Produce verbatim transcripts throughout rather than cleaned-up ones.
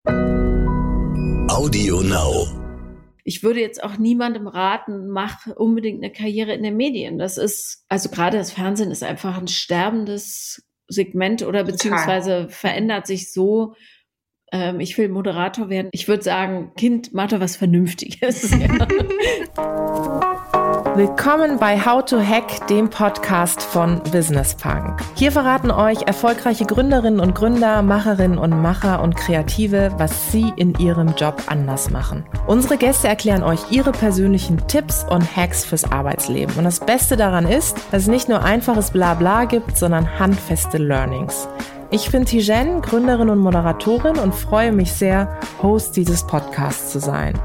Audio Now. Ich würde jetzt auch niemandem raten, mach unbedingt eine Karriere in den Medien. Das ist, also gerade das Fernsehen ist einfach ein sterbendes Segment oder beziehungsweise verändert sich so. Ähm, ich will Moderator werden. Ich würde sagen, Kind, mach doch was Vernünftiges. Ja. Willkommen bei How to Hack, dem Podcast von Business Punk. Hier verraten euch erfolgreiche Gründerinnen und Gründer, Macherinnen und Macher und Kreative, was sie in ihrem Job anders machen. Unsere Gäste erklären euch ihre persönlichen Tipps und Hacks fürs Arbeitsleben. Und das Beste daran ist, dass es nicht nur einfaches Blabla gibt, sondern handfeste Learnings. Ich bin Tijen, Gründerin und Moderatorin und freue mich sehr, Host dieses Podcasts zu sein.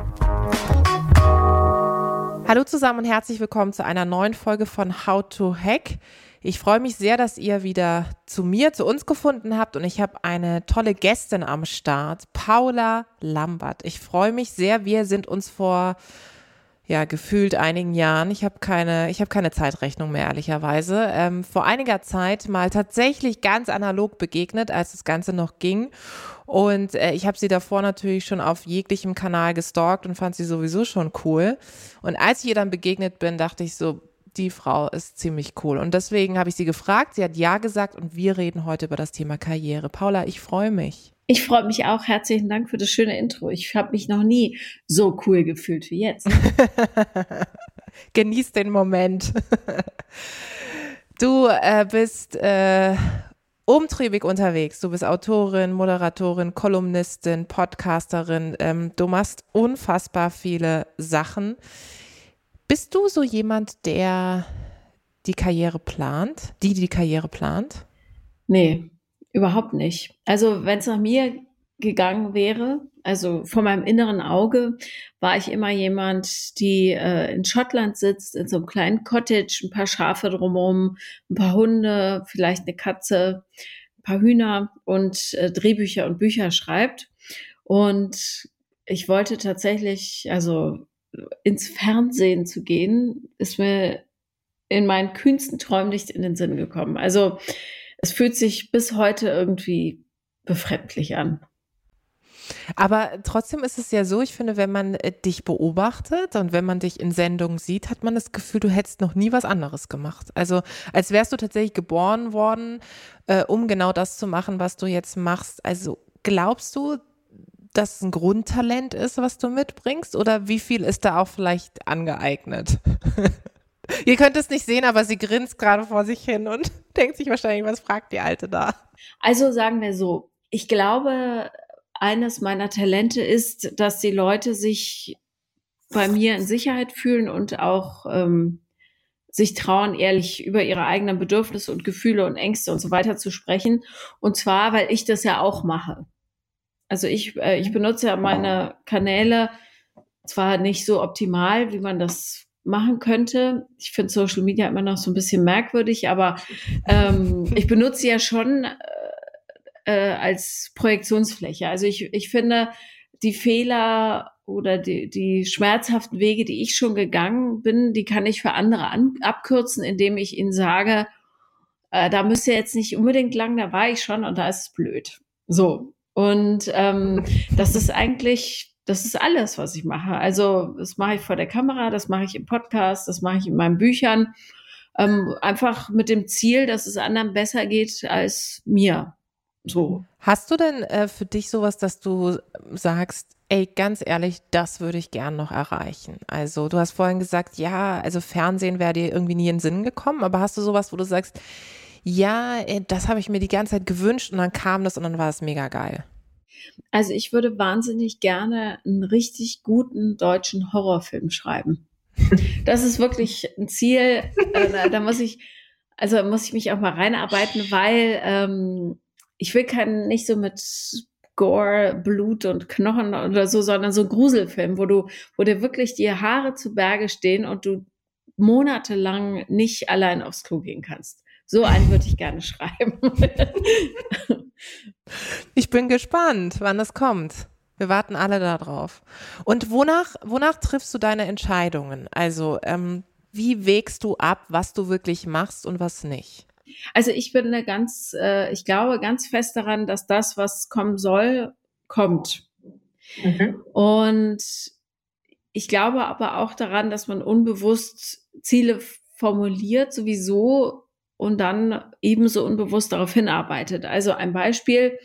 Hallo zusammen und herzlich willkommen zu einer neuen Folge von How to Hack. Ich freue mich sehr, dass ihr wieder zu mir, zu uns gefunden habt und ich habe eine tolle Gästin am Start, Paula Lambert. Ich freue mich sehr, wir sind uns vor ja gefühlt einigen Jahren, ich habe keine, ich habe keine Zeitrechnung mehr ehrlicherweise, ähm, vor einiger Zeit mal tatsächlich ganz analog begegnet, als das Ganze noch ging. Und äh, ich habe sie davor natürlich schon auf jeglichem Kanal gestalkt und fand sie sowieso schon cool. Und als ich ihr dann begegnet bin, dachte ich so, die Frau ist ziemlich cool. Und deswegen habe ich sie gefragt, sie hat ja gesagt und wir reden heute über das Thema Karriere. Paula, ich freue mich. Ich freue mich auch. Herzlichen Dank für das schöne Intro. Ich habe mich noch nie so cool gefühlt wie jetzt. Genieß den Moment. Du äh, bist äh, umtriebig unterwegs. Du bist Autorin, Moderatorin, Kolumnistin, Podcasterin. Ähm, du machst unfassbar viele Sachen. Bist du so jemand, der die Karriere plant? Die, die die Karriere plant? Nee. Überhaupt nicht. Also wenn es nach mir gegangen wäre, also vor meinem inneren Auge, war ich immer jemand, die äh, in Schottland sitzt, in so einem kleinen Cottage, ein paar Schafe drumherum, ein paar Hunde, vielleicht eine Katze, ein paar Hühner und äh, Drehbücher und Bücher schreibt. Und ich wollte tatsächlich, also ins Fernsehen zu gehen, ist mir in meinen kühnsten Träumen nicht in den Sinn gekommen. Also es fühlt sich bis heute irgendwie befremdlich an. Aber trotzdem ist es ja so, ich finde, wenn man dich beobachtet und wenn man dich in Sendungen sieht, hat man das Gefühl, du hättest noch nie was anderes gemacht. Also als wärst du tatsächlich geboren worden, äh, um genau das zu machen, was du jetzt machst. Also glaubst du, dass es ein Grundtalent ist, was du mitbringst? Oder wie viel ist da auch vielleicht angeeignet? Ihr könnt es nicht sehen, aber sie grinst gerade vor sich hin und denkt sich wahrscheinlich, was fragt die Alte da? Also sagen wir so, ich glaube, eines meiner Talente ist, dass die Leute sich bei mir in Sicherheit fühlen und auch ähm, sich trauen, ehrlich über ihre eigenen Bedürfnisse und Gefühle und Ängste und so weiter zu sprechen. Und zwar, weil ich das ja auch mache. Also ich, äh, ich benutze ja meine Kanäle zwar nicht so optimal, wie man das machen könnte. Ich finde Social Media immer noch so ein bisschen merkwürdig, aber ähm, ich benutze ja schon äh, als Projektionsfläche. Also ich, ich finde, die Fehler oder die, die schmerzhaften Wege, die ich schon gegangen bin, die kann ich für andere an, abkürzen, indem ich ihnen sage, äh, da müsst ihr jetzt nicht unbedingt lang, da war ich schon und da ist es blöd. So. Und ähm, das ist eigentlich Das ist alles, was ich mache. Also das mache ich vor der Kamera, das mache ich im Podcast, das mache ich in meinen Büchern. Ähm, einfach mit dem Ziel, dass es anderen besser geht als mir. So. Hast du denn äh, für dich sowas, dass du sagst, ey, ganz ehrlich, das würde ich gern noch erreichen? Also du hast vorhin gesagt, ja, also Fernsehen wäre dir irgendwie nie in den Sinn gekommen, aber hast du sowas, wo du sagst, ja, ey, das habe ich mir die ganze Zeit gewünscht und dann kam das und dann war es mega geil? Also ich würde wahnsinnig gerne einen richtig guten deutschen Horrorfilm schreiben. Das ist wirklich ein Ziel. Äh, da, da muss ich, also muss ich mich auch mal reinarbeiten, weil ähm, ich will keinen nicht so mit Gore, Blut und Knochen oder so, sondern so einen Gruselfilm, wo du, wo dir wirklich die Haare zu Berge stehen und du monatelang nicht allein aufs Klo gehen kannst. So einen würde ich gerne schreiben. Ich bin gespannt, wann das kommt. Wir warten alle da drauf. Und wonach, wonach triffst du deine Entscheidungen? Also, ähm, wie wägst du ab, was du wirklich machst und was nicht? Also ich bin eine ganz, äh, ich glaube ganz fest daran, dass das, was kommen soll, kommt. Mhm. Und ich glaube aber auch daran, dass man unbewusst Ziele formuliert sowieso und dann ebenso unbewusst darauf hinarbeitet. Also ein Beispiel,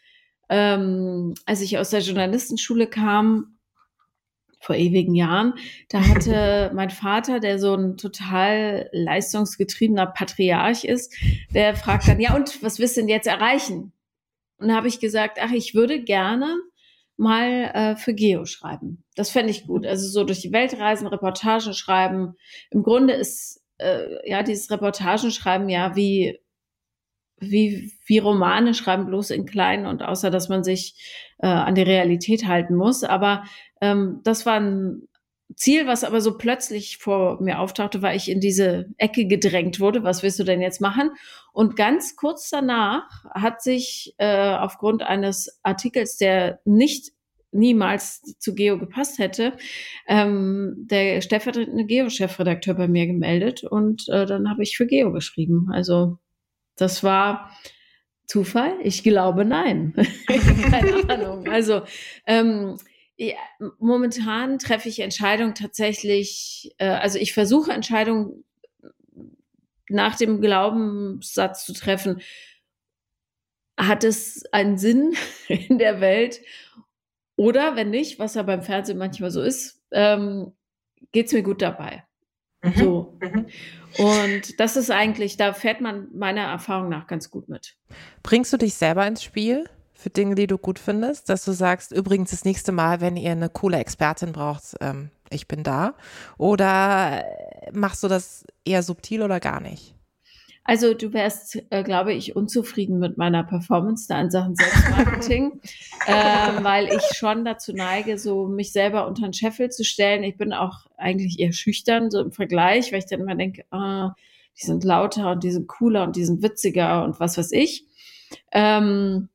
ähm, als ich aus der Journalistenschule kam, vor ewigen Jahren, da hatte mein Vater, der so ein total leistungsgetriebener Patriarch ist, der fragt dann, ja und, was willst du denn jetzt erreichen? Und da habe ich gesagt, ach, ich würde gerne mal äh, für Geo schreiben. Das fände ich gut. Also so durch die Welt reisen, Reportagen schreiben. Im Grunde ist äh, ja dieses Reportagenschreiben ja wie wie, wie Romane schreiben, bloß in klein und außer, dass man sich äh, an die Realität halten muss. Aber ähm, das war ein Ziel, was aber so plötzlich vor mir auftauchte, weil ich in diese Ecke gedrängt wurde. Was willst du denn jetzt machen? Und ganz kurz danach hat sich äh, aufgrund eines Artikels, der nicht niemals zu Geo gepasst hätte, ähm, der stellvertretende Geo-Chefredakteur bei mir gemeldet und äh, dann habe ich für Geo geschrieben. Also das war Zufall? Ich glaube, nein. Keine Ahnung. Also ähm, ja, momentan treffe ich Entscheidungen tatsächlich, äh, also ich versuche Entscheidungen nach dem Glaubenssatz zu treffen. Hat es einen Sinn in der Welt? Oder wenn nicht, was ja beim Fernsehen manchmal so ist, ähm, geht's mir gut dabei. Mhm. So. Mhm. Und das ist eigentlich, da fährt man meiner Erfahrung nach ganz gut mit. Bringst du dich selber ins Spiel für Dinge, die du gut findest? Dass du sagst, übrigens das nächste Mal, wenn ihr eine coole Expertin braucht, ähm, ich bin da. Oder machst du das eher subtil oder gar nicht? Also du wärst, äh, glaube ich, unzufrieden mit meiner Performance da in Sachen Selbstmarketing, ähm, weil ich schon dazu neige, so mich selber unter den Scheffel zu stellen. Ich bin auch eigentlich eher schüchtern, so im Vergleich, weil ich dann immer denke, ah, die sind lauter und die sind cooler und die sind witziger und was weiß ich. Ähm,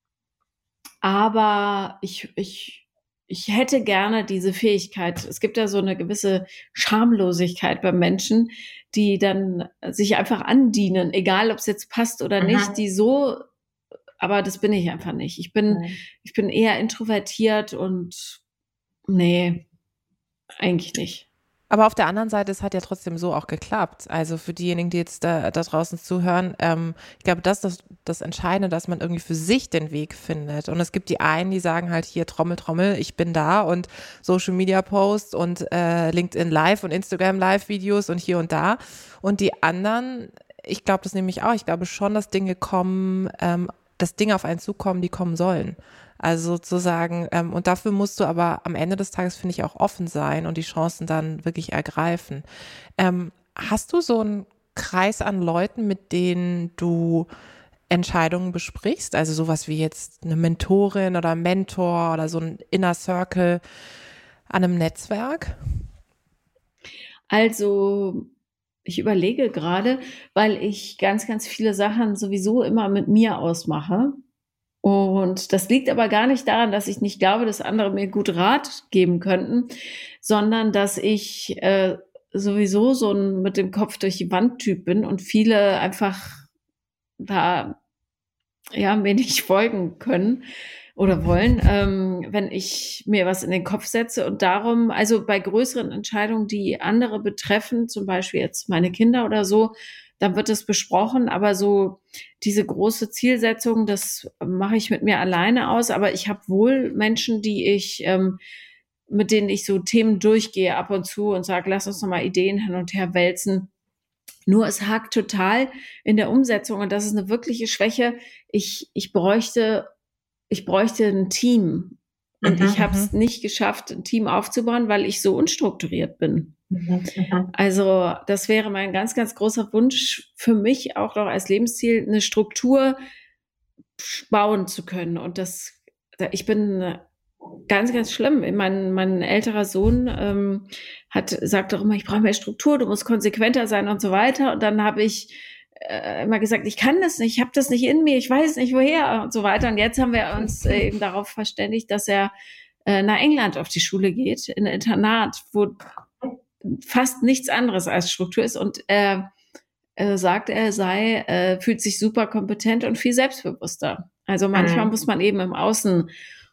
aber ich, ich, ich hätte gerne diese Fähigkeit. Es gibt ja so eine gewisse Schamlosigkeit beim Menschen, die dann sich einfach andienen, egal ob es jetzt passt oder nicht, Mhm. die so, aber das bin ich einfach nicht. Ich bin, Mhm. ich bin eher introvertiert und nee, eigentlich nicht. Aber auf der anderen Seite, es hat ja trotzdem so auch geklappt. Also für diejenigen, die jetzt da, da draußen zuhören, ähm, ich glaube, das ist das, das Entscheidende, dass man irgendwie für sich den Weg findet. Und es gibt die einen, die sagen halt hier Trommel, Trommel, ich bin da und Social Media Posts und äh, LinkedIn Live und Instagram Live Videos und hier und da. Und die anderen, ich glaube das nämlich auch, ich glaube schon, dass Dinge kommen, ähm, dass Dinge auf einen zukommen, die kommen sollen. Also sozusagen, ähm, und dafür musst du aber am Ende des Tages, finde ich, auch offen sein und die Chancen dann wirklich ergreifen. Ähm, hast du so einen Kreis an Leuten, mit denen du Entscheidungen besprichst? Also sowas wie jetzt eine Mentorin oder Mentor oder so ein Inner Circle an einem Netzwerk? Also ich überlege gerade, weil ich ganz, ganz viele Sachen sowieso immer mit mir ausmache. Und das liegt aber gar nicht daran, dass ich nicht glaube, dass andere mir gut Rat geben könnten, sondern dass ich äh, sowieso so ein mit dem Kopf durch die Wand Typ bin und viele einfach da ja mir nicht folgen können oder wollen, ähm, wenn ich mir was in den Kopf setze. Und darum, also bei größeren Entscheidungen, die andere betreffen, zum Beispiel jetzt meine Kinder oder so, dann wird es besprochen. Aber so diese große Zielsetzung, das mache ich mit mir alleine aus. Aber ich habe wohl Menschen, die ich, ähm, mit denen ich so Themen durchgehe ab und zu und sage, lass uns noch mal Ideen hin und her wälzen. Nur es hakt total in der Umsetzung und das ist eine wirkliche Schwäche. Ich, ich bräuchte ich bräuchte ein Team. Und Mhm, ich habe mhm. es nicht geschafft, ein Team aufzubauen, weil ich so unstrukturiert bin. Mhm, mhm. Also das wäre mein ganz, ganz großer Wunsch für mich auch noch als Lebensziel, eine Struktur bauen zu können. Und das, ich bin ganz, ganz schlimm. Mein, mein älterer Sohn ähm, hat, sagt doch immer, ich brauche mehr Struktur, du musst konsequenter sein und so weiter. Und dann habe ich äh, immer gesagt, ich kann das nicht, ich habe das nicht in mir, ich weiß nicht woher und so weiter. Und jetzt haben wir uns äh, eben darauf verständigt, dass er äh, nach England auf die Schule geht, in ein Internat, wo fast nichts anderes als Struktur ist. Und er äh, sagt, er sei, äh, fühlt sich super kompetent und viel selbstbewusster. Also manchmal Mhm. muss man eben im Außen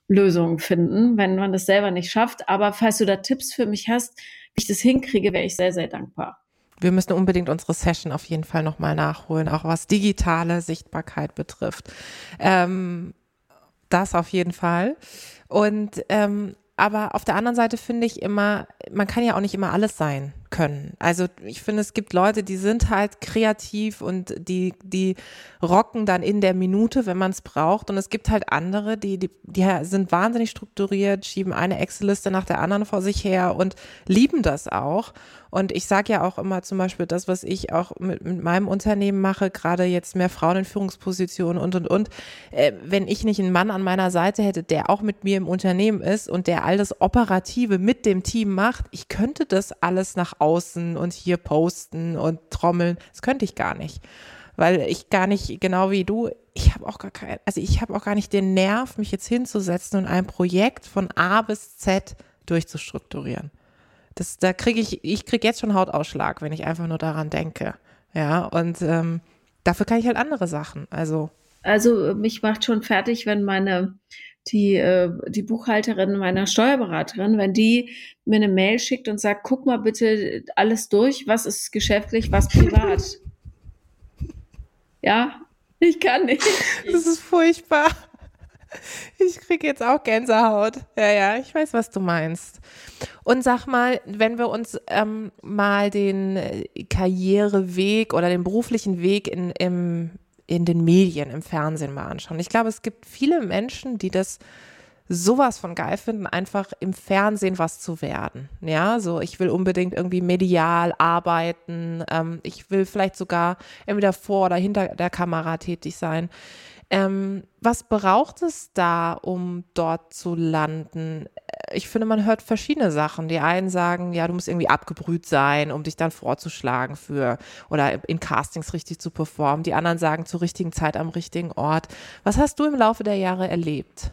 Lösungen finden, wenn man das selber nicht schafft. Aber falls du da Tipps für mich hast, wie ich das hinkriege, wäre ich sehr, sehr dankbar. Wir müssen unbedingt unsere Session auf jeden Fall nochmal nachholen, auch was digitale Sichtbarkeit betrifft. Ähm, das auf jeden Fall. Und ähm, aber auf der anderen Seite finde ich immer, man kann ja auch nicht immer alles sein können. Also ich finde, es gibt Leute, die sind halt kreativ und die, die rocken dann in der Minute, wenn man es braucht. Und es gibt halt andere, die, die, die sind wahnsinnig strukturiert, schieben eine Excel-Liste nach der anderen vor sich her und lieben das auch. Und ich sage ja auch immer zum Beispiel das, was ich auch mit, mit meinem Unternehmen mache, gerade jetzt mehr Frauen in Führungspositionen und, und, und. Äh, wenn ich nicht einen Mann an meiner Seite hätte, der auch mit mir im Unternehmen ist und der all das Operative mit dem Team macht, ich könnte das alles nach außen und hier posten und trommeln. Das könnte ich gar nicht. Weil ich gar nicht, genau wie du, ich habe auch gar kein, also ich habe auch gar nicht den Nerv, mich jetzt hinzusetzen und ein Projekt von A bis Z durchzustrukturieren. Das, da kriege ich, ich kriege jetzt schon Hautausschlag, wenn ich einfach nur daran denke. Ja, und ähm, dafür kann ich halt andere Sachen. Also, also mich macht schon fertig, wenn meine die äh, die Buchhalterin meiner Steuerberaterin, wenn die mir eine Mail schickt und sagt, guck mal bitte alles durch, was ist geschäftlich, was privat. Ja, ich kann nicht. Das ist furchtbar. Ich kriege jetzt auch Gänsehaut. Ja, ja, ich weiß, was du meinst. Und sag mal, wenn wir uns ähm, mal den Karriereweg oder den beruflichen Weg in, im, in den Medien, im Fernsehen mal anschauen. Ich glaube, es gibt viele Menschen, die das sowas von geil finden, einfach im Fernsehen was zu werden. Ja, so ich will unbedingt irgendwie medial arbeiten. Ähm, ich will vielleicht sogar entweder vor oder hinter der Kamera tätig sein. Ähm, was braucht es da, um dort zu landen? Ich finde, man hört verschiedene Sachen. Die einen sagen, ja, du musst irgendwie abgebrüht sein, um dich dann vorzuschlagen für oder in Castings richtig zu performen. Die anderen sagen, zur richtigen Zeit am richtigen Ort. Was hast du im Laufe der Jahre erlebt?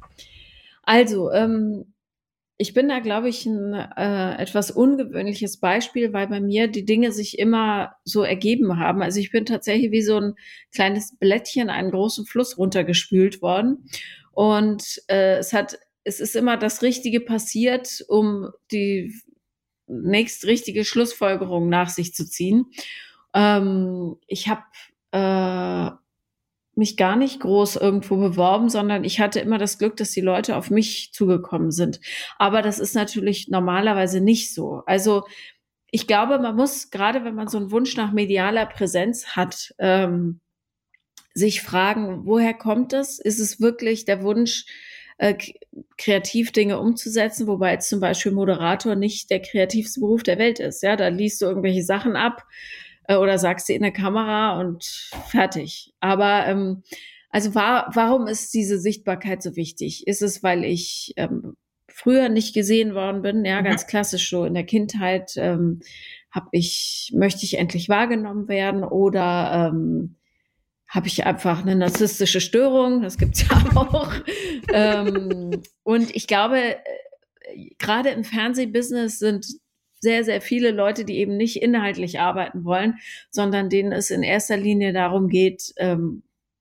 Also, ähm, ich bin da, glaube ich, ein äh, etwas ungewöhnliches Beispiel, weil bei mir die Dinge sich immer so ergeben haben. Also ich bin tatsächlich wie so ein kleines Blättchen einen großen Fluss runtergespült worden. Und äh, es hat, es ist immer das Richtige passiert, um die nächst richtige Schlussfolgerung nach sich zu ziehen. Ähm, ich habe äh, mich gar nicht groß irgendwo beworben, sondern ich hatte immer das Glück, dass die Leute auf mich zugekommen sind. Aber das ist natürlich normalerweise nicht so. Also ich glaube, man muss, gerade wenn man so einen Wunsch nach medialer Präsenz hat, ähm, sich fragen, woher kommt es? Ist es wirklich der Wunsch, äh, kreativ Dinge umzusetzen, wobei jetzt zum Beispiel Moderator nicht der kreativste Beruf der Welt ist. Ja, da liest du irgendwelche Sachen ab äh, oder sagst sie in der Kamera und fertig. Aber ähm, also war, warum ist diese Sichtbarkeit so wichtig? Ist es, weil ich ähm, früher nicht gesehen worden bin? Ja, ganz klassisch so in der Kindheit ähm, habe ich, möchte ich endlich wahrgenommen werden oder ähm, habe ich einfach eine narzisstische Störung, das gibt's ja auch. ähm, und ich glaube, äh, gerade im Fernsehbusiness sind sehr, sehr viele Leute, die eben nicht inhaltlich arbeiten wollen, sondern denen es in erster Linie darum geht, ähm,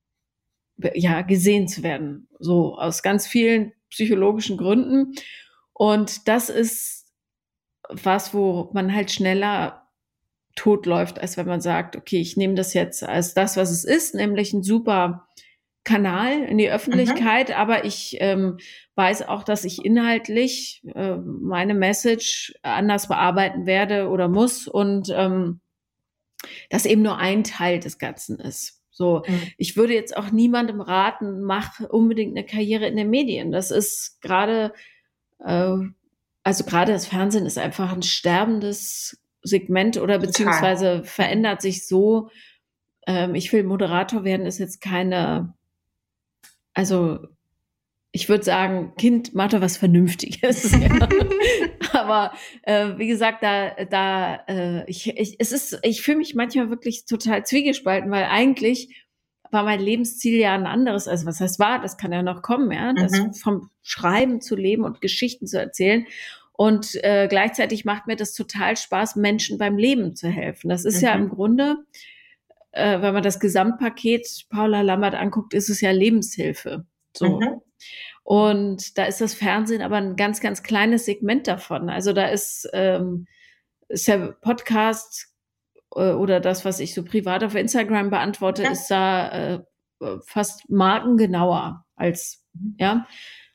ja, gesehen zu werden. So aus ganz vielen psychologischen Gründen. Und das ist was, wo man halt schneller totläuft, als wenn man sagt, okay, ich nehme das jetzt als das, was es ist, nämlich ein super Kanal in die Öffentlichkeit, mhm. aber ich ähm, weiß auch, dass ich inhaltlich äh, meine Message anders bearbeiten werde oder muss und ähm, das eben nur ein Teil des Ganzen ist. So, mhm. ich würde jetzt auch niemandem raten, mach unbedingt eine Karriere in den Medien. Das ist gerade, äh, also gerade das Fernsehen ist einfach ein sterbendes Segment oder beziehungsweise Total. verändert sich so. Ähm, ich will Moderator werden, ist jetzt keine, also ich würde sagen, Kind, mach doch was Vernünftiges. Ja. Aber äh, wie gesagt, da, da, äh, ich, ich, es ist, ich fühle mich manchmal wirklich total zwiegespalten, weil eigentlich war mein Lebensziel ja ein anderes. Also was heißt war, das kann ja noch kommen, ja, das mhm. vom Schreiben zu leben und Geschichten zu erzählen. Und äh, gleichzeitig macht mir das total Spaß, Menschen beim Leben zu helfen. Das ist mhm. ja im Grunde, äh, wenn man das Gesamtpaket Paula Lammert anguckt, ist es ja Lebenshilfe. So. Mhm. Und da ist das Fernsehen aber ein ganz, ganz kleines Segment davon. Also da ist, ähm, ist der Podcast äh, oder das, was ich so privat auf Instagram beantworte, Ja. ist da äh, fast markengenauer als, ja.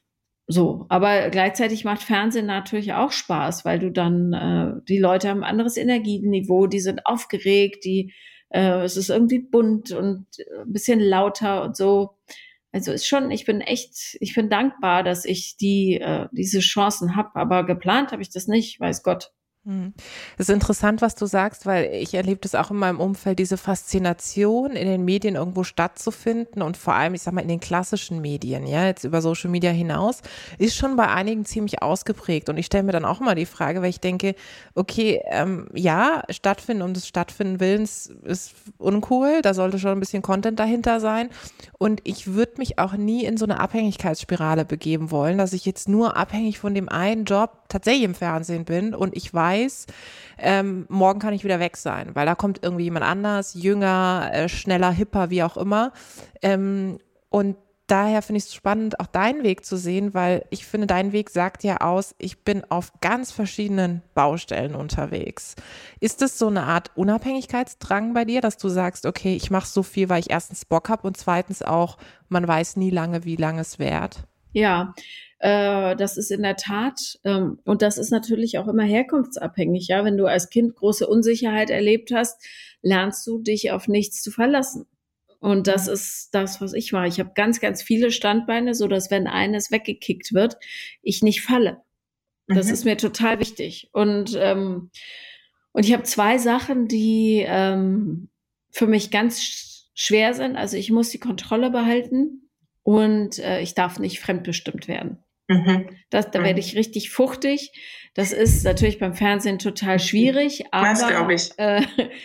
So, aber gleichzeitig macht Fernsehen natürlich auch Spaß, weil du dann, äh, die Leute haben ein anderes Energieniveau, die sind aufgeregt, die, äh, es ist irgendwie bunt und ein bisschen lauter und so. Also ist schon, ich bin echt, ich bin dankbar, dass ich die, äh, diese Chancen habe, aber geplant habe ich das nicht, weiß Gott. Es ist interessant, was du sagst, weil ich erlebe das auch in meinem Umfeld, diese Faszination in den Medien irgendwo stattzufinden und vor allem, ich sag mal, in den klassischen Medien, ja, jetzt über Social Media hinaus, ist schon bei einigen ziemlich ausgeprägt. Und ich stelle mir dann auch immer die Frage, weil ich denke, okay, ähm, ja, stattfinden um des Stattfinden Willens ist uncool, da sollte schon ein bisschen Content dahinter sein. Und ich würde mich auch nie in so eine Abhängigkeitsspirale begeben wollen, dass ich jetzt nur abhängig von dem einen Job tatsächlich im Fernsehen bin und ich weiß, ähm, morgen kann ich wieder weg sein, weil da kommt irgendwie jemand anders, jünger, äh, schneller, hipper, wie auch immer. Ähm, und daher finde ich es spannend, auch deinen Weg zu sehen, weil ich finde, dein Weg sagt ja aus, ich bin auf ganz verschiedenen Baustellen unterwegs. Ist es so eine Art Unabhängigkeitsdrang bei dir, dass du sagst, okay, ich mache so viel, weil ich erstens Bock habe und zweitens auch, man weiß nie lange, wie lange es währt? Ja, äh, das ist in der Tat, ähm, und das ist natürlich auch immer herkunftsabhängig, ja. Wenn du als Kind große Unsicherheit erlebt hast, lernst du dich auf nichts zu verlassen. Und das ist das, was ich mache. Ich habe ganz, ganz viele Standbeine, so dass wenn eines weggekickt wird, ich nicht falle. Das Mhm. ist mir total wichtig. Und ähm, und ich habe zwei Sachen, die ähm, für mich ganz sch- schwer sind. Also ich muss die Kontrolle behalten und äh, ich darf nicht fremdbestimmt werden. Mhm. Das, da Mhm. werde ich richtig fuchtig. Das ist natürlich beim Fernsehen total schwierig, Das aber glaube ich. äh,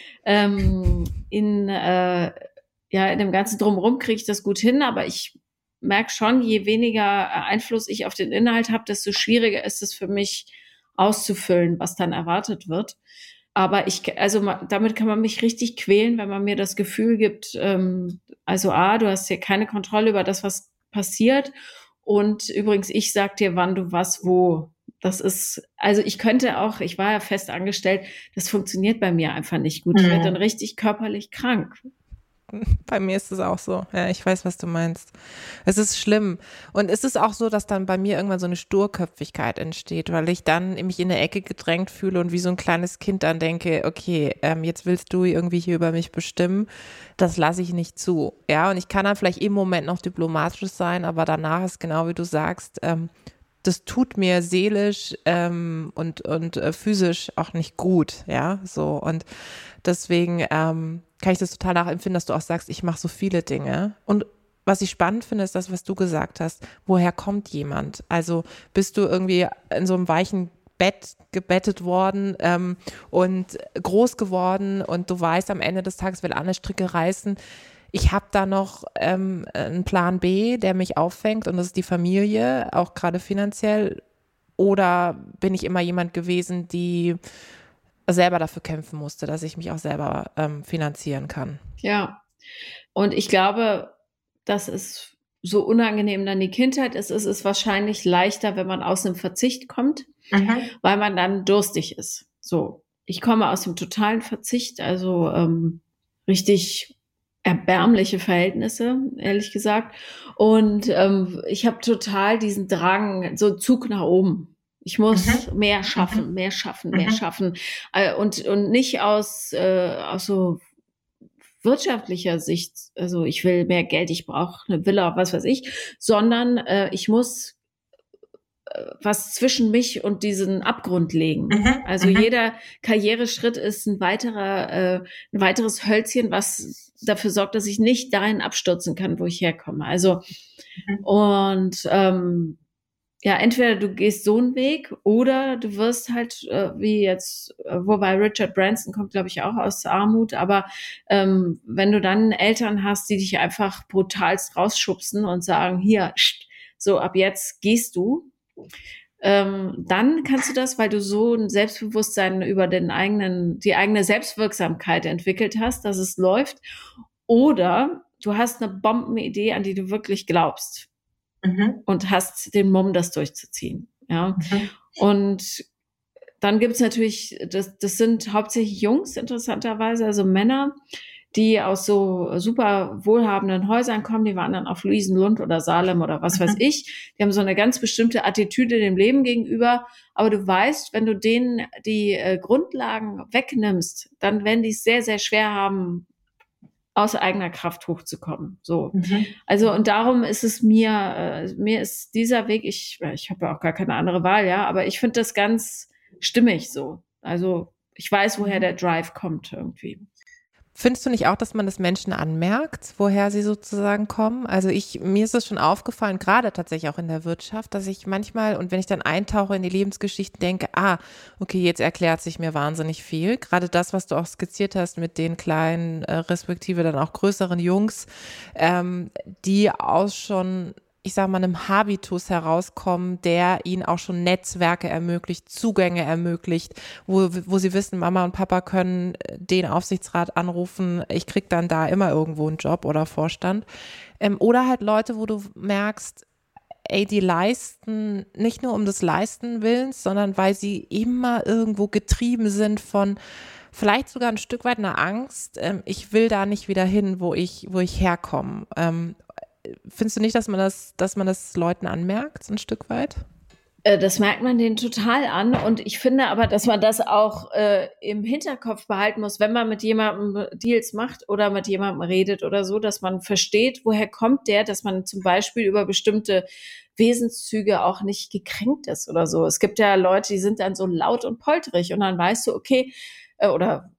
ähm, in, äh, ja, in dem ganzen Drumherum kriege ich das gut hin, aber ich merke schon, je weniger Einfluss ich auf den Inhalt habe, desto schwieriger ist es für mich auszufüllen, was dann erwartet wird. Aber ich, also ma- damit kann man mich richtig quälen, wenn man mir das Gefühl gibt, ähm, also A, du hast hier keine Kontrolle über das, was passiert. Und übrigens, ich sag dir, wann du was wo. Das ist, also ich könnte auch, ich war ja fest angestellt, das funktioniert bei mir einfach nicht gut. Ich werde dann Mhm. richtig körperlich krank. Bei mir ist es auch so. Ja, ich weiß, was du meinst. Es ist schlimm. Und es ist auch so, dass dann bei mir irgendwann so eine Sturköpfigkeit entsteht, weil ich dann mich in eine Ecke gedrängt fühle und wie so ein kleines Kind dann denke, okay, ähm, jetzt willst du irgendwie hier über mich bestimmen. Das lasse ich nicht zu. Ja, und ich kann dann vielleicht im Moment noch diplomatisch sein, aber danach ist genau wie du sagst, ähm, das tut mir seelisch ähm, und, und äh, physisch auch nicht gut, ja, so. Und deswegen ähm, kann ich das total nachempfinden, dass du auch sagst, ich mache so viele Dinge. Und was ich spannend finde, ist das, was du gesagt hast. Woher kommt jemand? Also bist du irgendwie in so einem weichen Bett gebettet worden ähm, und groß geworden und du weißt, am Ende des Tages will alle Stricke reißen. Ich habe da noch ähm, einen Plan B, der mich auffängt und das ist die Familie, auch gerade finanziell. Oder bin ich immer jemand gewesen, die selber dafür kämpfen musste, dass ich mich auch selber ähm, finanzieren kann? Ja. Und ich glaube, das ist so unangenehm dann die Kindheit ist, ist es wahrscheinlich leichter, wenn man aus einem Verzicht kommt, Mhm. weil man dann durstig ist. So. Ich komme aus dem totalen Verzicht, also ähm, richtig erbärmliche Verhältnisse, ehrlich gesagt. Und ähm, ich habe total diesen Drang, so Zug nach oben. Ich muss Mhm. mehr schaffen, mehr schaffen, mehr Mhm. schaffen. Äh, und, und nicht aus, äh, aus so wirtschaftlicher Sicht, also ich will mehr Geld, ich brauche eine Villa, was weiß ich, sondern äh, ich muss was zwischen mich und diesen Abgrund legen. Mhm. Also Mhm. jeder Karriereschritt ist ein weiterer, äh, ein weiteres Hölzchen, was dafür sorgt, dass ich nicht dahin abstürzen kann, wo ich herkomme. Also Mhm. und ähm, ja, entweder du gehst so einen Weg oder du wirst halt äh, wie jetzt, äh, wobei Richard Branson kommt, glaube ich, auch aus Armut, aber ähm, wenn du dann Eltern hast, die dich einfach brutalst rausschubsen und sagen, hier, scht, so ab jetzt gehst du, ähm, dann kannst du das, weil du so ein Selbstbewusstsein über den eigenen, die eigene Selbstwirksamkeit entwickelt hast, dass es läuft. Oder du hast eine Bombenidee, an die du wirklich glaubst. mhm. und hast den Mumm, das durchzuziehen. Ja. Mhm. Und dann gibt's natürlich, das, das sind hauptsächlich Jungs, interessanterweise, also Männer, die aus so super wohlhabenden Häusern kommen, die waren dann auf Luisenlund oder Salem oder was weiß ich. Die haben so eine ganz bestimmte Attitüde dem Leben gegenüber. Aber du weißt, wenn du denen die äh, Grundlagen wegnimmst, dann werden die es sehr, sehr schwer haben, aus eigener Kraft hochzukommen. So. Mhm. Also, und darum ist es mir, äh, mir ist dieser Weg, ich, ich habe ja auch gar keine andere Wahl, ja, aber ich finde das ganz stimmig so. Also, ich weiß, woher der Drive kommt irgendwie. Findest du nicht auch, dass man das Menschen anmerkt, woher sie sozusagen kommen? Also ich, mir ist es schon aufgefallen, gerade tatsächlich auch in der Wirtschaft, dass ich manchmal, und wenn ich dann eintauche in die Lebensgeschichten, denke, ah, okay, jetzt erklärt sich mir wahnsinnig viel. Gerade das, was du auch skizziert hast mit den kleinen, äh, respektive dann auch größeren Jungs, ähm, die aus schon, ich sage mal, einem Habitus herauskommen, der ihnen auch schon Netzwerke ermöglicht, Zugänge ermöglicht, wo, wo sie wissen, Mama und Papa können den Aufsichtsrat anrufen, ich krieg dann da immer irgendwo einen Job oder Vorstand. Ähm, oder halt Leute, wo du merkst, ey, die leisten nicht nur um des Leisten Willens, sondern weil sie immer irgendwo getrieben sind von vielleicht sogar ein Stück weit einer Angst, ähm, ich will da nicht wieder hin, wo ich, wo ich herkomme. Ähm, Findest du nicht, dass man das, dass man das Leuten anmerkt, ein Stück weit? Das merkt man denen total an. Und ich finde aber, dass man das auch äh, im Hinterkopf behalten muss, wenn man mit jemandem Deals macht oder mit jemandem redet oder so, dass man versteht, woher kommt der, dass man zum Beispiel über bestimmte Wesenszüge auch nicht gekränkt ist oder so. Es gibt ja Leute, die sind dann so laut und polterig und dann weißt du, okay, äh, oder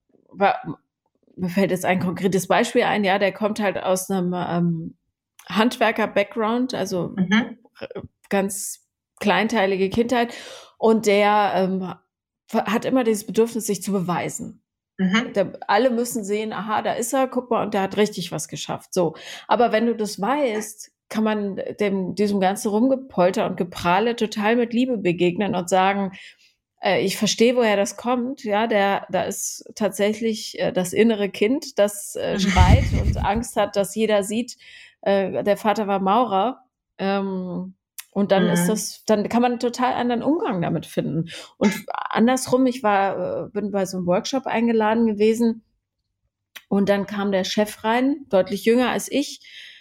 mir fällt jetzt ein konkretes Beispiel ein, ja, der kommt halt aus einem ähm, Handwerker-Background, also mhm. ganz kleinteilige Kindheit. Und der ähm, hat immer dieses Bedürfnis, sich zu beweisen. Mhm. Der, alle müssen sehen, aha, da ist er, guck mal, und der hat richtig was geschafft. So. Aber wenn du das weißt, kann man dem, diesem ganzen Rumgepolter und Geprahle total mit Liebe begegnen und sagen, äh, ich verstehe, woher das kommt. Ja, der, da ist tatsächlich äh, das innere Kind, das äh, schreit und Angst hat, dass jeder sieht, äh, der Vater war Maurer. Ähm, und dann mhm. ist das, dann kann man einen total anderen Umgang damit finden. Und andersrum, ich war, bin bei so einem Workshop eingeladen gewesen und dann kam der Chef rein, deutlich jünger als ich.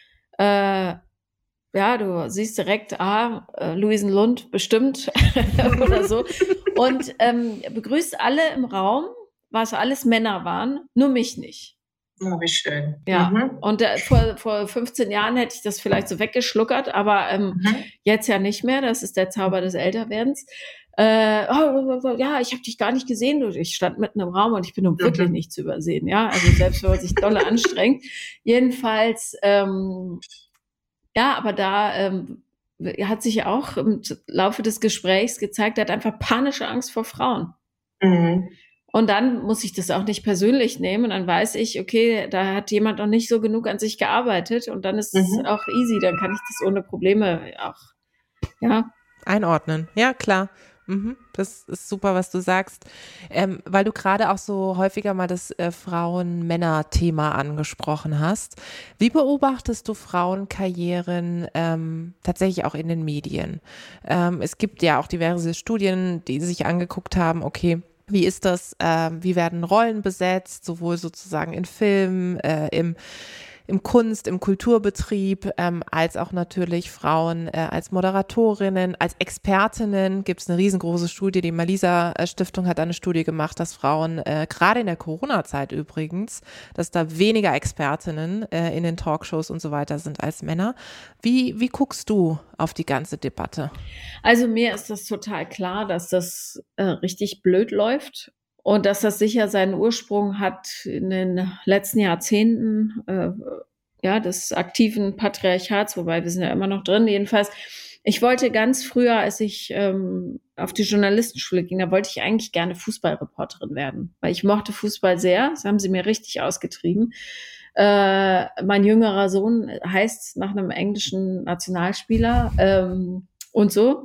Äh, ja, du siehst direkt, ah, äh, Luisenlund bestimmt oder so. Und ähm, begrüßt alle im Raum, was alles Männer waren, nur mich nicht. Oh, wie schön. Ja, mhm. und äh, vor, vor fünfzehn Jahren hätte ich das vielleicht so weggeschluckert, aber ähm, mhm. jetzt ja nicht mehr. Das ist der Zauber des Älterwerdens. Äh, oh, ja, ich habe dich gar nicht gesehen. Du, ich stand mitten im Raum und ich bin nun mhm. wirklich nicht zu übersehen. Ja, also selbst wenn man sich dolle anstrengt. Jedenfalls, ähm, ja, aber da ähm, hat sich auch im Laufe des Gesprächs gezeigt, er hat einfach panische Angst vor Frauen. Mhm. Und dann muss ich das auch nicht persönlich nehmen und dann weiß ich, okay, da hat jemand noch nicht so genug an sich gearbeitet und dann ist es mhm. auch easy, dann kann ich das ohne Probleme auch, ja. Einordnen, ja klar. Mhm. Das ist super, was du sagst, ähm, weil du gerade auch so häufiger mal das äh, Frauen-Männer-Thema angesprochen hast. Wie beobachtest du Frauenkarrieren ähm, tatsächlich auch in den Medien? Ähm, es gibt ja auch diverse Studien, die sich angeguckt haben, okay, wie ist das, äh, wie werden Rollen besetzt, sowohl sozusagen in Filmen, äh, im im Kunst-, im Kulturbetrieb, ähm, als auch natürlich Frauen äh, als Moderatorinnen, als Expertinnen. Gibt es eine riesengroße Studie, die Malisa-Stiftung hat eine Studie gemacht, dass Frauen, äh, gerade in der Corona-Zeit übrigens, dass da weniger Expertinnen äh, in den Talkshows und so weiter sind als Männer. Wie, wie guckst du auf die ganze Debatte? Also mir ist das total klar, dass das äh, richtig blöd läuft. Und dass das sicher seinen Ursprung hat in den letzten Jahrzehnten äh, ja, des aktiven Patriarchats, wobei wir sind ja immer noch drin. Jedenfalls, ich wollte ganz früher, als ich ähm, auf die Journalistenschule ging, da wollte ich eigentlich gerne Fußballreporterin werden, weil ich mochte Fußball sehr. Das haben sie mir richtig ausgetrieben. Äh, mein jüngerer Sohn heißt nach einem englischen Nationalspieler ähm, und so.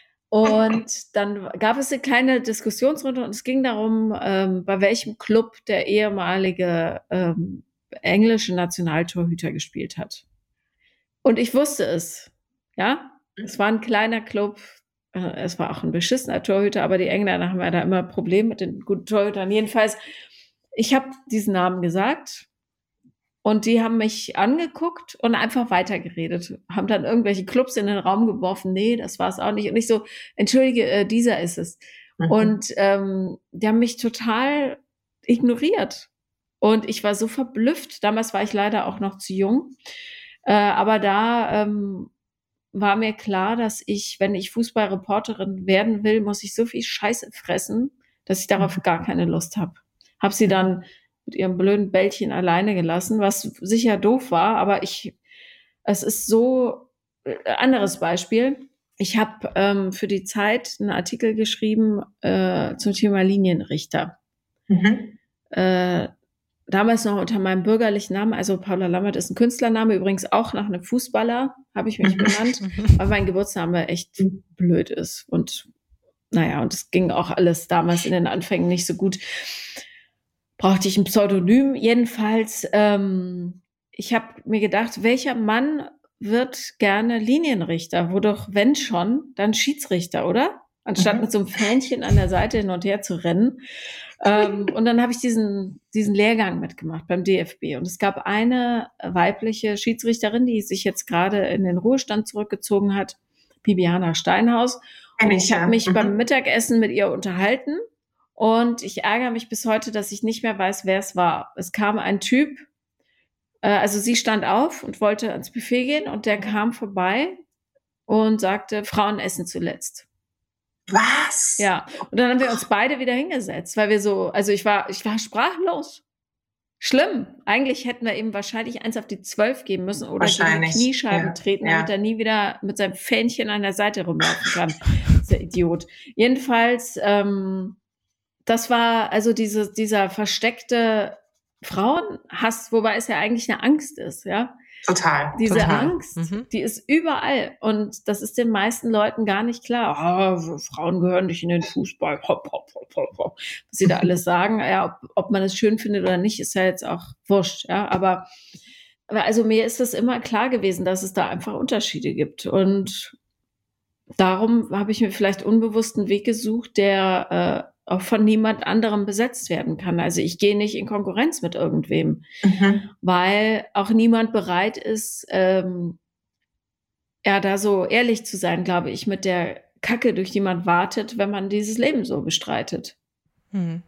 Und dann gab es eine kleine Diskussionsrunde und es ging darum, ähm, bei welchem Club der ehemalige ähm, englische Nationaltorhüter gespielt hat. Und ich wusste es. Ja, es war ein kleiner Club. Äh, es war auch ein beschissener Torhüter, aber die Engländer haben ja da immer Probleme mit den guten Torhütern. Jedenfalls, ich habe diesen Namen gesagt und die haben mich angeguckt und einfach weitergeredet, haben dann irgendwelche Clubs in den Raum geworfen. Nee, das war es auch nicht. Und ich so, entschuldige, äh, dieser ist es. Mhm. Und ähm, die haben mich total ignoriert. Und ich war so verblüfft. Damals war ich leider auch noch zu jung. Äh, aber da ähm, war mir klar, dass ich, wenn ich Fußballreporterin werden will, muss ich so viel Scheiße fressen, dass ich darauf gar keine Lust habe. Hab sie dann mit ihrem blöden Bällchen alleine gelassen, was sicher doof war, aber ich, es ist so, äh, anderes Beispiel. Ich habe ähm, für die Zeit einen Artikel geschrieben äh, zum Thema Linienrichter. Mhm. Äh, damals noch unter meinem bürgerlichen Namen, also Paula Lammert ist ein Künstlername, übrigens auch nach einem Fußballer, habe ich mich benannt, weil mein Geburtsname echt blöd ist. Und naja, und es ging auch alles damals in den Anfängen nicht so gut. Brauchte ich ein Pseudonym. Jedenfalls, ähm, ich habe mir gedacht, welcher Mann wird gerne Linienrichter? Wo doch, wenn schon, dann Schiedsrichter, oder? Anstatt mhm. mit so einem Fähnchen an der Seite hin und her zu rennen. ähm, und dann habe ich diesen, diesen Lehrgang mitgemacht beim D F B. Und es gab eine weibliche Schiedsrichterin, die sich jetzt gerade in den Ruhestand zurückgezogen hat, Bibiana Steinhaus. Und ich habe mich mhm. beim Mittagessen mit ihr unterhalten. Und ich ärgere mich bis heute, dass ich nicht mehr weiß, wer es war. Es kam ein Typ, äh, also sie stand auf und wollte ans Buffet gehen und der kam vorbei und sagte, Frauen essen zuletzt. Was? Ja, und dann haben wir uns beide wieder hingesetzt, weil wir so, also ich war, ich war sprachlos. Schlimm. Eigentlich hätten wir ihm wahrscheinlich eins auf die zwölf geben müssen oder gegen die Kniescheiben ja. treten, damit ja. er nie wieder mit seinem Fähnchen an der Seite rumlaufen kann. Dieser Idiot. Jedenfalls, ähm, das war also diese, dieser versteckte Frauenhass, wobei es ja eigentlich eine Angst ist, ja. Total. Diese total. Angst, mhm. die ist überall. Und das ist den meisten Leuten gar nicht klar. Oh, Frauen gehören nicht in den Fußball. Hopp, hopp, hopp, hopp, hopp. Was sie da alles sagen. Ja, ob, ob man es schön findet oder nicht, ist ja jetzt auch wurscht, ja. Aber, aber also mir ist das immer klar gewesen, dass es da einfach Unterschiede gibt. Und darum habe ich mir vielleicht unbewusst einen Weg gesucht, der äh, auch von niemand anderem besetzt werden kann. Also ich gehe nicht in Konkurrenz mit irgendwem, mhm. weil auch niemand bereit ist, ähm, ja, da so ehrlich zu sein, glaube ich, mit der Kacke, durch die man wartet, wenn man dieses Leben so bestreitet. Mhm.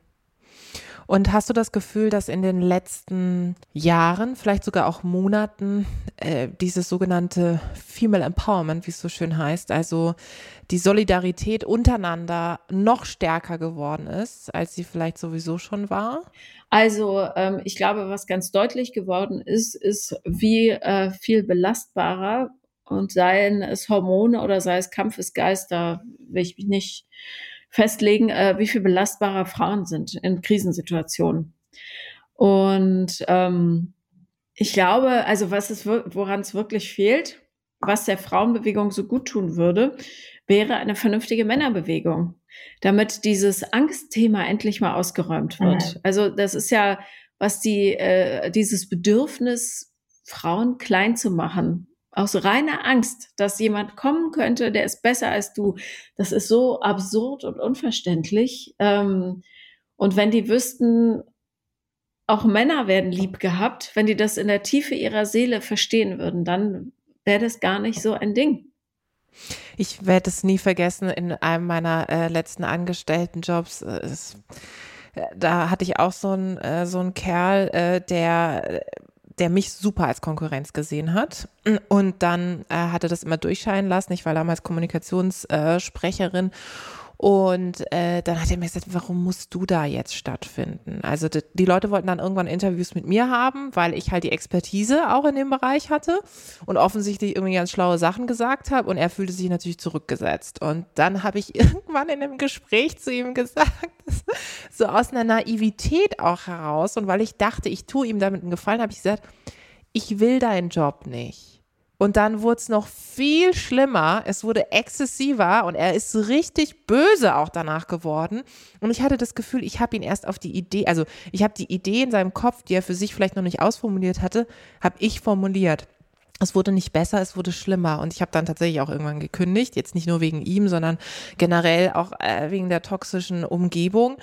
Und hast du das Gefühl, dass in den letzten Jahren, vielleicht sogar auch Monaten, äh, dieses sogenannte Female Empowerment, wie es so schön heißt, also die Solidarität untereinander noch stärker geworden ist, als sie vielleicht sowieso schon war? Also ähm, ich glaube, was ganz deutlich geworden ist, ist, wie äh, viel belastbarer, und seien es Hormone oder sei es Kampfesgeist, da will ich mich nicht festlegen, äh, wie viel belastbarer Frauen sind in Krisensituationen. Und ähm, ich glaube, also was es, woran es wirklich fehlt, was der Frauenbewegung so gut tun würde, wäre eine vernünftige Männerbewegung, damit dieses Angstthema endlich mal ausgeräumt wird. Mhm. Also das ist ja, was die äh, dieses Bedürfnis, Frauen klein zu machen, aus reiner Angst, dass jemand kommen könnte, der ist besser als du. Das ist so absurd und unverständlich. Ähm, und wenn die wüssten, auch Männer werden lieb gehabt, wenn die das in der Tiefe ihrer Seele verstehen würden, dann wäre das gar nicht so ein Ding. Ich werde es nie vergessen, in einem meiner äh, letzten Angestelltenjobs, äh, es, äh, da hatte ich auch so einen äh, so einen Kerl, äh, der der mich super als Konkurrenz gesehen hat. Und dann äh, hatte das immer durchscheinen lassen. Ich war damals Kommunikationssprecherin. Und äh, dann hat er mir gesagt, warum musst du da jetzt stattfinden? Also die, die Leute wollten dann irgendwann Interviews mit mir haben, weil ich halt die Expertise auch in dem Bereich hatte und offensichtlich irgendwie ganz schlaue Sachen gesagt habe. Und er fühlte sich natürlich zurückgesetzt. Und dann habe ich irgendwann in einem Gespräch zu ihm gesagt, so aus einer Naivität auch heraus, und weil ich dachte, ich tue ihm damit einen Gefallen, habe ich gesagt, ich will deinen Job nicht. Und dann wurde es noch viel schlimmer, es wurde exzessiver und er ist richtig böse auch danach geworden. Und ich hatte das Gefühl, ich habe ihn erst auf die Idee, also ich habe die Idee in seinem Kopf, die er für sich vielleicht noch nicht ausformuliert hatte, habe ich formuliert. Es wurde nicht besser, es wurde schlimmer. Und ich habe dann tatsächlich auch irgendwann gekündigt. Jetzt nicht nur wegen ihm, sondern generell auch äh, wegen der toxischen Umgebung.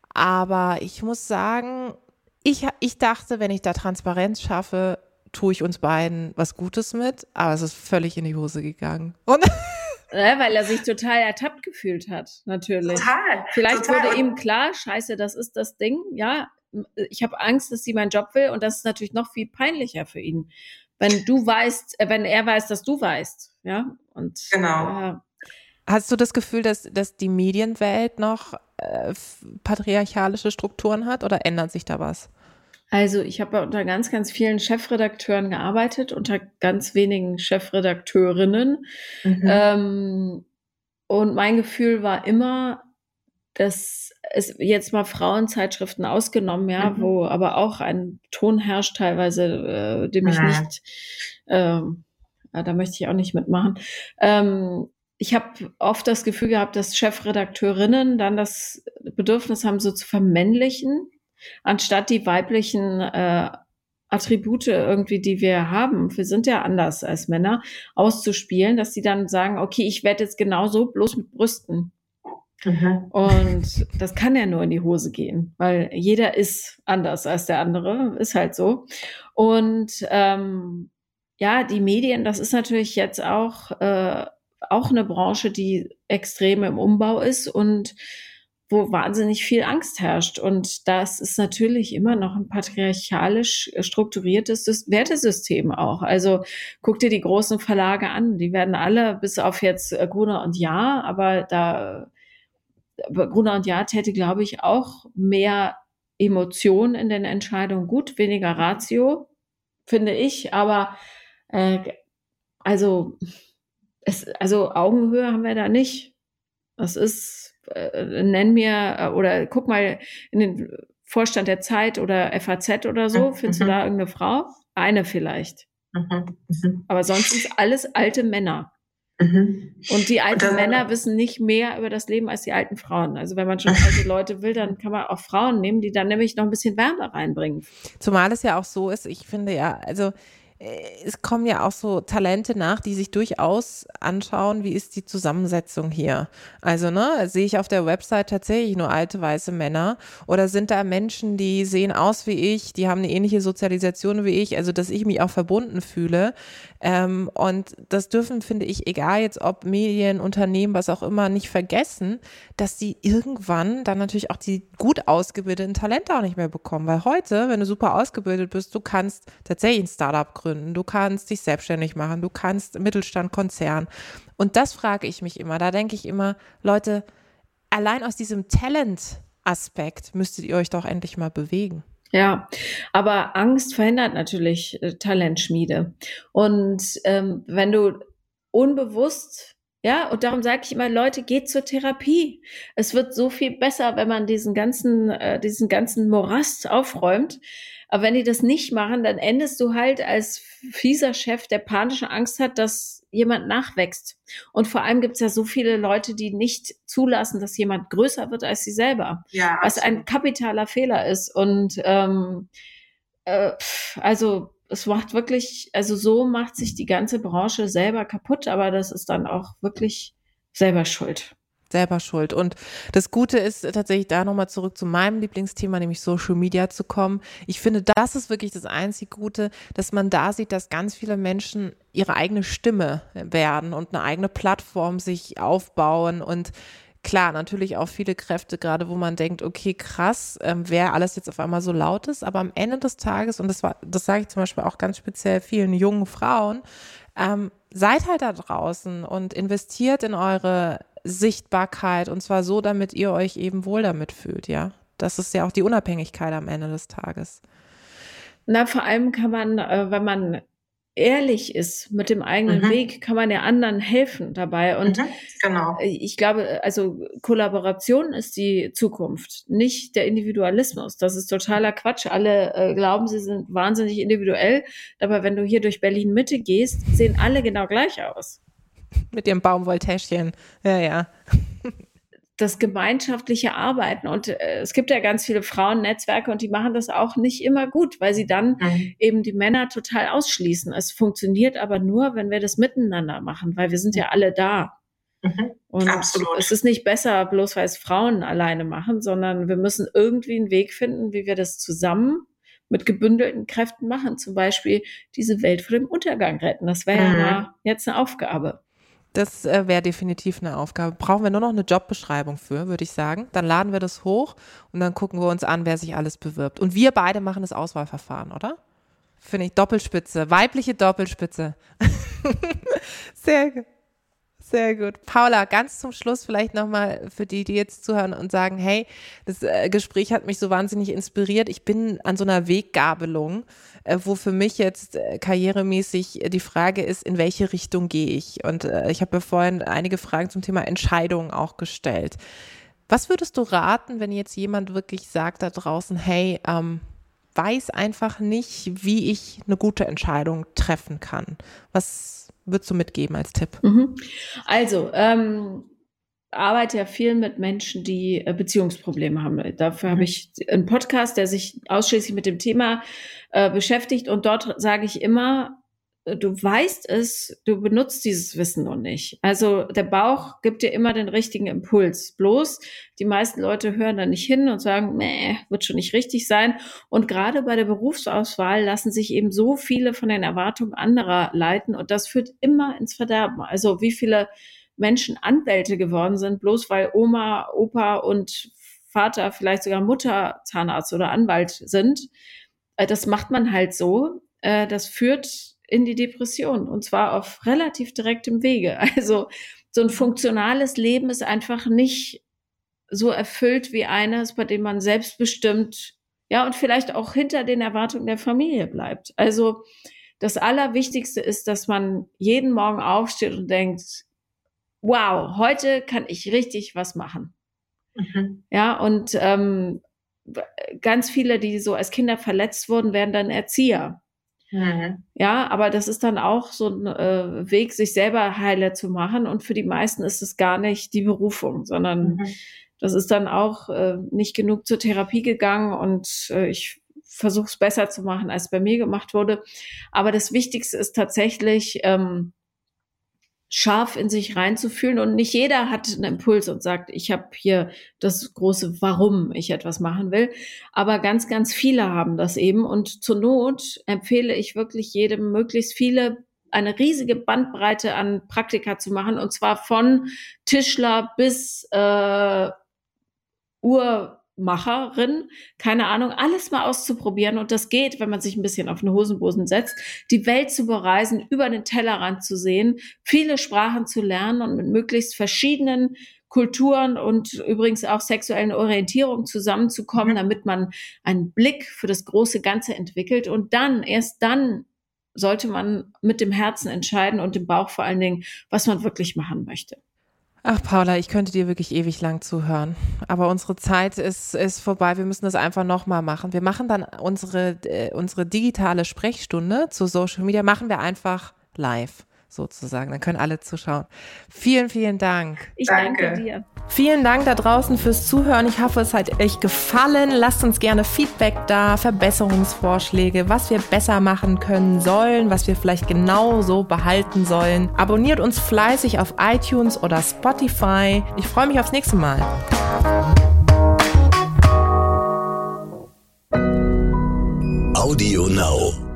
Aber ich muss sagen, ich, ich dachte, wenn ich da Transparenz schaffe, tue ich uns beiden was Gutes mit. Aber es ist völlig in die Hose gegangen. Und Ja, weil er sich total ertappt gefühlt hat, natürlich. Total. Vielleicht total. wurde ihm klar, scheiße, das ist das Ding, ja, ich habe Angst, dass sie meinen Job will und das ist natürlich noch viel peinlicher für ihn. Wenn du weißt, äh, wenn er weiß, dass du weißt, ja, und Genau. äh, hast du das Gefühl, dass, dass die Medienwelt noch äh, patriarchalische Strukturen hat oder ändert sich da was? Also ich habe unter ganz, ganz vielen Chefredakteuren gearbeitet, unter ganz wenigen Chefredakteurinnen. Mhm. Ähm, und mein Gefühl war immer, dass es jetzt mal Frauenzeitschriften ausgenommen, ja, Mhm. wo aber auch ein Ton herrscht teilweise, äh, dem ich Ja. nicht, ähm, ja, da möchte ich auch nicht mitmachen. Ähm, ich habe oft das Gefühl gehabt, dass Chefredakteurinnen dann das Bedürfnis haben, so zu vermännlichen, anstatt die weiblichen äh, Attribute irgendwie, die wir haben, wir sind ja anders als Männer, auszuspielen, dass sie dann sagen, okay, ich werde jetzt genauso, bloß mit Brüsten. Mhm. Und das kann ja nur in die Hose gehen, weil jeder ist anders als der andere, ist halt so. Und ähm, ja, die Medien, das ist natürlich jetzt auch, äh, auch eine Branche, die extrem im Umbau ist und wo wahnsinnig viel Angst herrscht. Und das ist natürlich immer noch ein patriarchalisch strukturiertes Sys- Wertesystem auch. Also guck dir die großen Verlage an. Die werden alle, bis auf jetzt äh, Gruner und Jahr, aber da aber Gruner und Jahr täte, glaube ich, auch mehr Emotion in den Entscheidungen gut, weniger Ratio, finde ich. Aber äh, also, es, also Augenhöhe haben wir da nicht. Das ist, äh, nenn mir äh, oder guck mal in den Vorstand der Zeit oder F A Z oder so, findest du Mhm. da irgendeine Frau? Eine vielleicht. Mhm. Mhm. Aber sonst ist alles alte Männer. Mhm. Und die alten Und das- Männer wissen nicht mehr über das Leben als die alten Frauen. Also wenn man schon alte Leute will, dann kann man auch Frauen nehmen, die dann nämlich noch ein bisschen Wärme reinbringen. Zumal es ja auch so ist, ich finde ja, also äh, es kommen ja auch so Talente nach, die sich durchaus anschauen, wie ist die Zusammensetzung hier. Also, ne, sehe ich auf der Website tatsächlich nur alte weiße Männer oder sind da Menschen, die sehen aus wie ich, die haben eine ähnliche Sozialisation wie ich, also dass ich mich auch verbunden fühle. Ähm, und das dürfen, finde ich, egal jetzt ob Medien, Unternehmen, was auch immer, nicht vergessen, dass die irgendwann dann natürlich auch die gut ausgebildeten Talente auch nicht mehr bekommen. Weil heute, wenn du super ausgebildet bist, du kannst tatsächlich ein Startup gründen, du kannst dich selbstständig machen, du kannst Mittelstand, Konzern. Und das frage ich mich immer. Da denke ich immer, Leute, allein aus diesem Talent-Aspekt müsstet ihr euch doch endlich mal bewegen. Ja, aber Angst verhindert natürlich äh, Talentschmiede. Und ähm, wenn du unbewusst, ja, und darum sage ich immer, Leute, geht zur Therapie. Es wird so viel besser, wenn man diesen ganzen, äh, diesen ganzen Morast aufräumt. Aber wenn die das nicht machen, dann endest du halt als fieser Chef, der panische Angst hat, dass jemand nachwächst. Und vor allem gibt es ja so viele Leute, die nicht zulassen, dass jemand größer wird als sie selber. Ja, Was ein kapitaler Fehler ist. Und ähm, äh, pff, also es macht wirklich, also so macht sich die ganze Branche selber kaputt, aber das ist dann auch wirklich selber schuld. Selber schuld. Und das Gute ist tatsächlich da nochmal zurück zu meinem Lieblingsthema, nämlich Social Media zu kommen. Ich finde, das ist wirklich das einzig Gute, dass man da sieht, dass ganz viele Menschen ihre eigene Stimme werden und eine eigene Plattform sich aufbauen und klar, natürlich auch viele Kräfte, gerade wo man denkt, okay, krass, ähm, wer alles jetzt auf einmal so laut ist, aber am Ende des Tages, und das war, das sage ich zum Beispiel auch ganz speziell vielen jungen Frauen, ähm, seid halt da draußen und investiert in eure Sichtbarkeit und zwar so, damit ihr euch eben wohl damit fühlt, ja. Das ist ja auch die Unabhängigkeit am Ende des Tages. Na, vor allem kann man, äh, wenn man ehrlich ist mit dem eigenen Mhm. Weg, kann man ja anderen helfen dabei. Und Mhm. Genau. ich glaube, also Kollaboration ist die Zukunft, nicht der Individualismus. Das ist totaler Quatsch. Alle äh, glauben, sie sind wahnsinnig individuell. Aber wenn du hier durch Berlin Mitte gehst, sehen alle genau gleich aus. Mit ihrem Baumwolltäschchen. Ja, ja. das gemeinschaftliche Arbeiten. Und äh, es gibt ja ganz viele Frauennetzwerke und die machen das auch nicht immer gut, weil sie dann mhm. eben die Männer total ausschließen. Es funktioniert aber nur, wenn wir das miteinander machen, weil wir sind ja alle da. Mhm. Und Absolut. Es ist nicht besser, bloß weil es Frauen alleine machen, sondern wir müssen irgendwie einen Weg finden, wie wir das zusammen mit gebündelten Kräften machen. Zum Beispiel diese Welt vor dem Untergang retten. Das wäre mhm. ja mal jetzt eine Aufgabe. Das äh, wäre definitiv eine Aufgabe. Brauchen wir nur noch eine Jobbeschreibung für, würde ich sagen. Dann laden wir das hoch und dann gucken wir uns an, wer sich alles bewirbt. Und wir beide machen das Auswahlverfahren, oder? Finde ich Doppelspitze, weibliche Doppelspitze. Sehr gut. Sehr gut. Paula, ganz zum Schluss vielleicht nochmal für die, die jetzt zuhören und sagen, hey, das äh, Gespräch hat mich so wahnsinnig inspiriert. Ich bin an so einer Weggabelung, äh, wo für mich jetzt äh, karrieremäßig die Frage ist, in welche Richtung gehe ich? Und äh, ich habe mir vorhin einige Fragen zum Thema Entscheidungen auch gestellt. Was würdest du raten, wenn jetzt jemand wirklich sagt da draußen, hey, ähm, weiß einfach nicht, wie ich eine gute Entscheidung treffen kann? Was würdest du mitgeben als Tipp? Also, ähm, arbeite ja viel mit Menschen, die äh, Beziehungsprobleme haben. Dafür mhm. habe ich einen Podcast, der sich ausschließlich mit dem Thema äh, beschäftigt. Und dort sage ich immer, du weißt es, du benutzt dieses Wissen noch nicht. Also der Bauch gibt dir immer den richtigen Impuls. Bloß die meisten Leute hören da nicht hin und sagen, nee, wird schon nicht richtig sein. Und gerade bei der Berufsauswahl lassen sich eben so viele von den Erwartungen anderer leiten und das führt immer ins Verderben. Also wie viele Menschen Anwälte geworden sind, bloß weil Oma, Opa und Vater, vielleicht sogar Mutter Zahnarzt oder Anwalt sind. Das macht man halt so. Das führt in die Depression und zwar auf relativ direktem Wege. Also so ein funktionales Leben ist einfach nicht so erfüllt wie eines, bei dem man selbstbestimmt, ja, und vielleicht auch hinter den Erwartungen der Familie bleibt. Also das Allerwichtigste ist, dass man jeden Morgen aufsteht und denkt, wow, heute kann ich richtig was machen. Mhm. Ja, und ähm, ganz viele, die so als Kinder verletzt wurden, werden dann Erzieher. Mhm. Ja, aber das ist dann auch so ein äh, Weg, sich selber heiler zu machen. Und für die meisten ist es gar nicht die Berufung, sondern mhm. das ist dann auch äh, nicht genug zur Therapie gegangen. Und äh, ich versuche es besser zu machen, als bei mir gemacht wurde. Aber das Wichtigste ist tatsächlich, ähm, scharf in sich reinzufühlen. Und nicht jeder hat einen Impuls und sagt, ich habe hier das große Warum ich etwas machen will. Aber ganz, ganz viele haben das eben. Und zur Not empfehle ich wirklich jedem, möglichst viele, eine riesige Bandbreite an Praktika zu machen. Und zwar von Tischler bis äh, Uhrmacherin, keine Ahnung, alles mal auszuprobieren. Und das geht, wenn man sich ein bisschen auf eine Hosenbosen setzt, die Welt zu bereisen, über den Tellerrand zu sehen, viele Sprachen zu lernen und mit möglichst verschiedenen Kulturen und übrigens auch sexuellen Orientierungen zusammenzukommen, damit man einen Blick für das große Ganze entwickelt. Und dann, erst dann sollte man mit dem Herzen entscheiden und dem Bauch vor allen Dingen, was man wirklich machen möchte. Ach, Paula, ich könnte dir wirklich ewig lang zuhören. Aber unsere Zeit ist, ist vorbei. Wir müssen das einfach nochmal machen. Wir machen dann unsere, äh, unsere digitale Sprechstunde zu Social Media, machen wir einfach live sozusagen. Dann können alle zuschauen. Vielen, vielen Dank. Ich danke, danke dir. Vielen Dank da draußen fürs Zuhören. Ich hoffe, es hat euch gefallen. Lasst uns gerne Feedback da, Verbesserungsvorschläge, was wir besser machen können sollen, was wir vielleicht genau so behalten sollen. Abonniert uns fleißig auf iTunes oder Spotify. Ich freue mich aufs nächste Mal. Audio Now.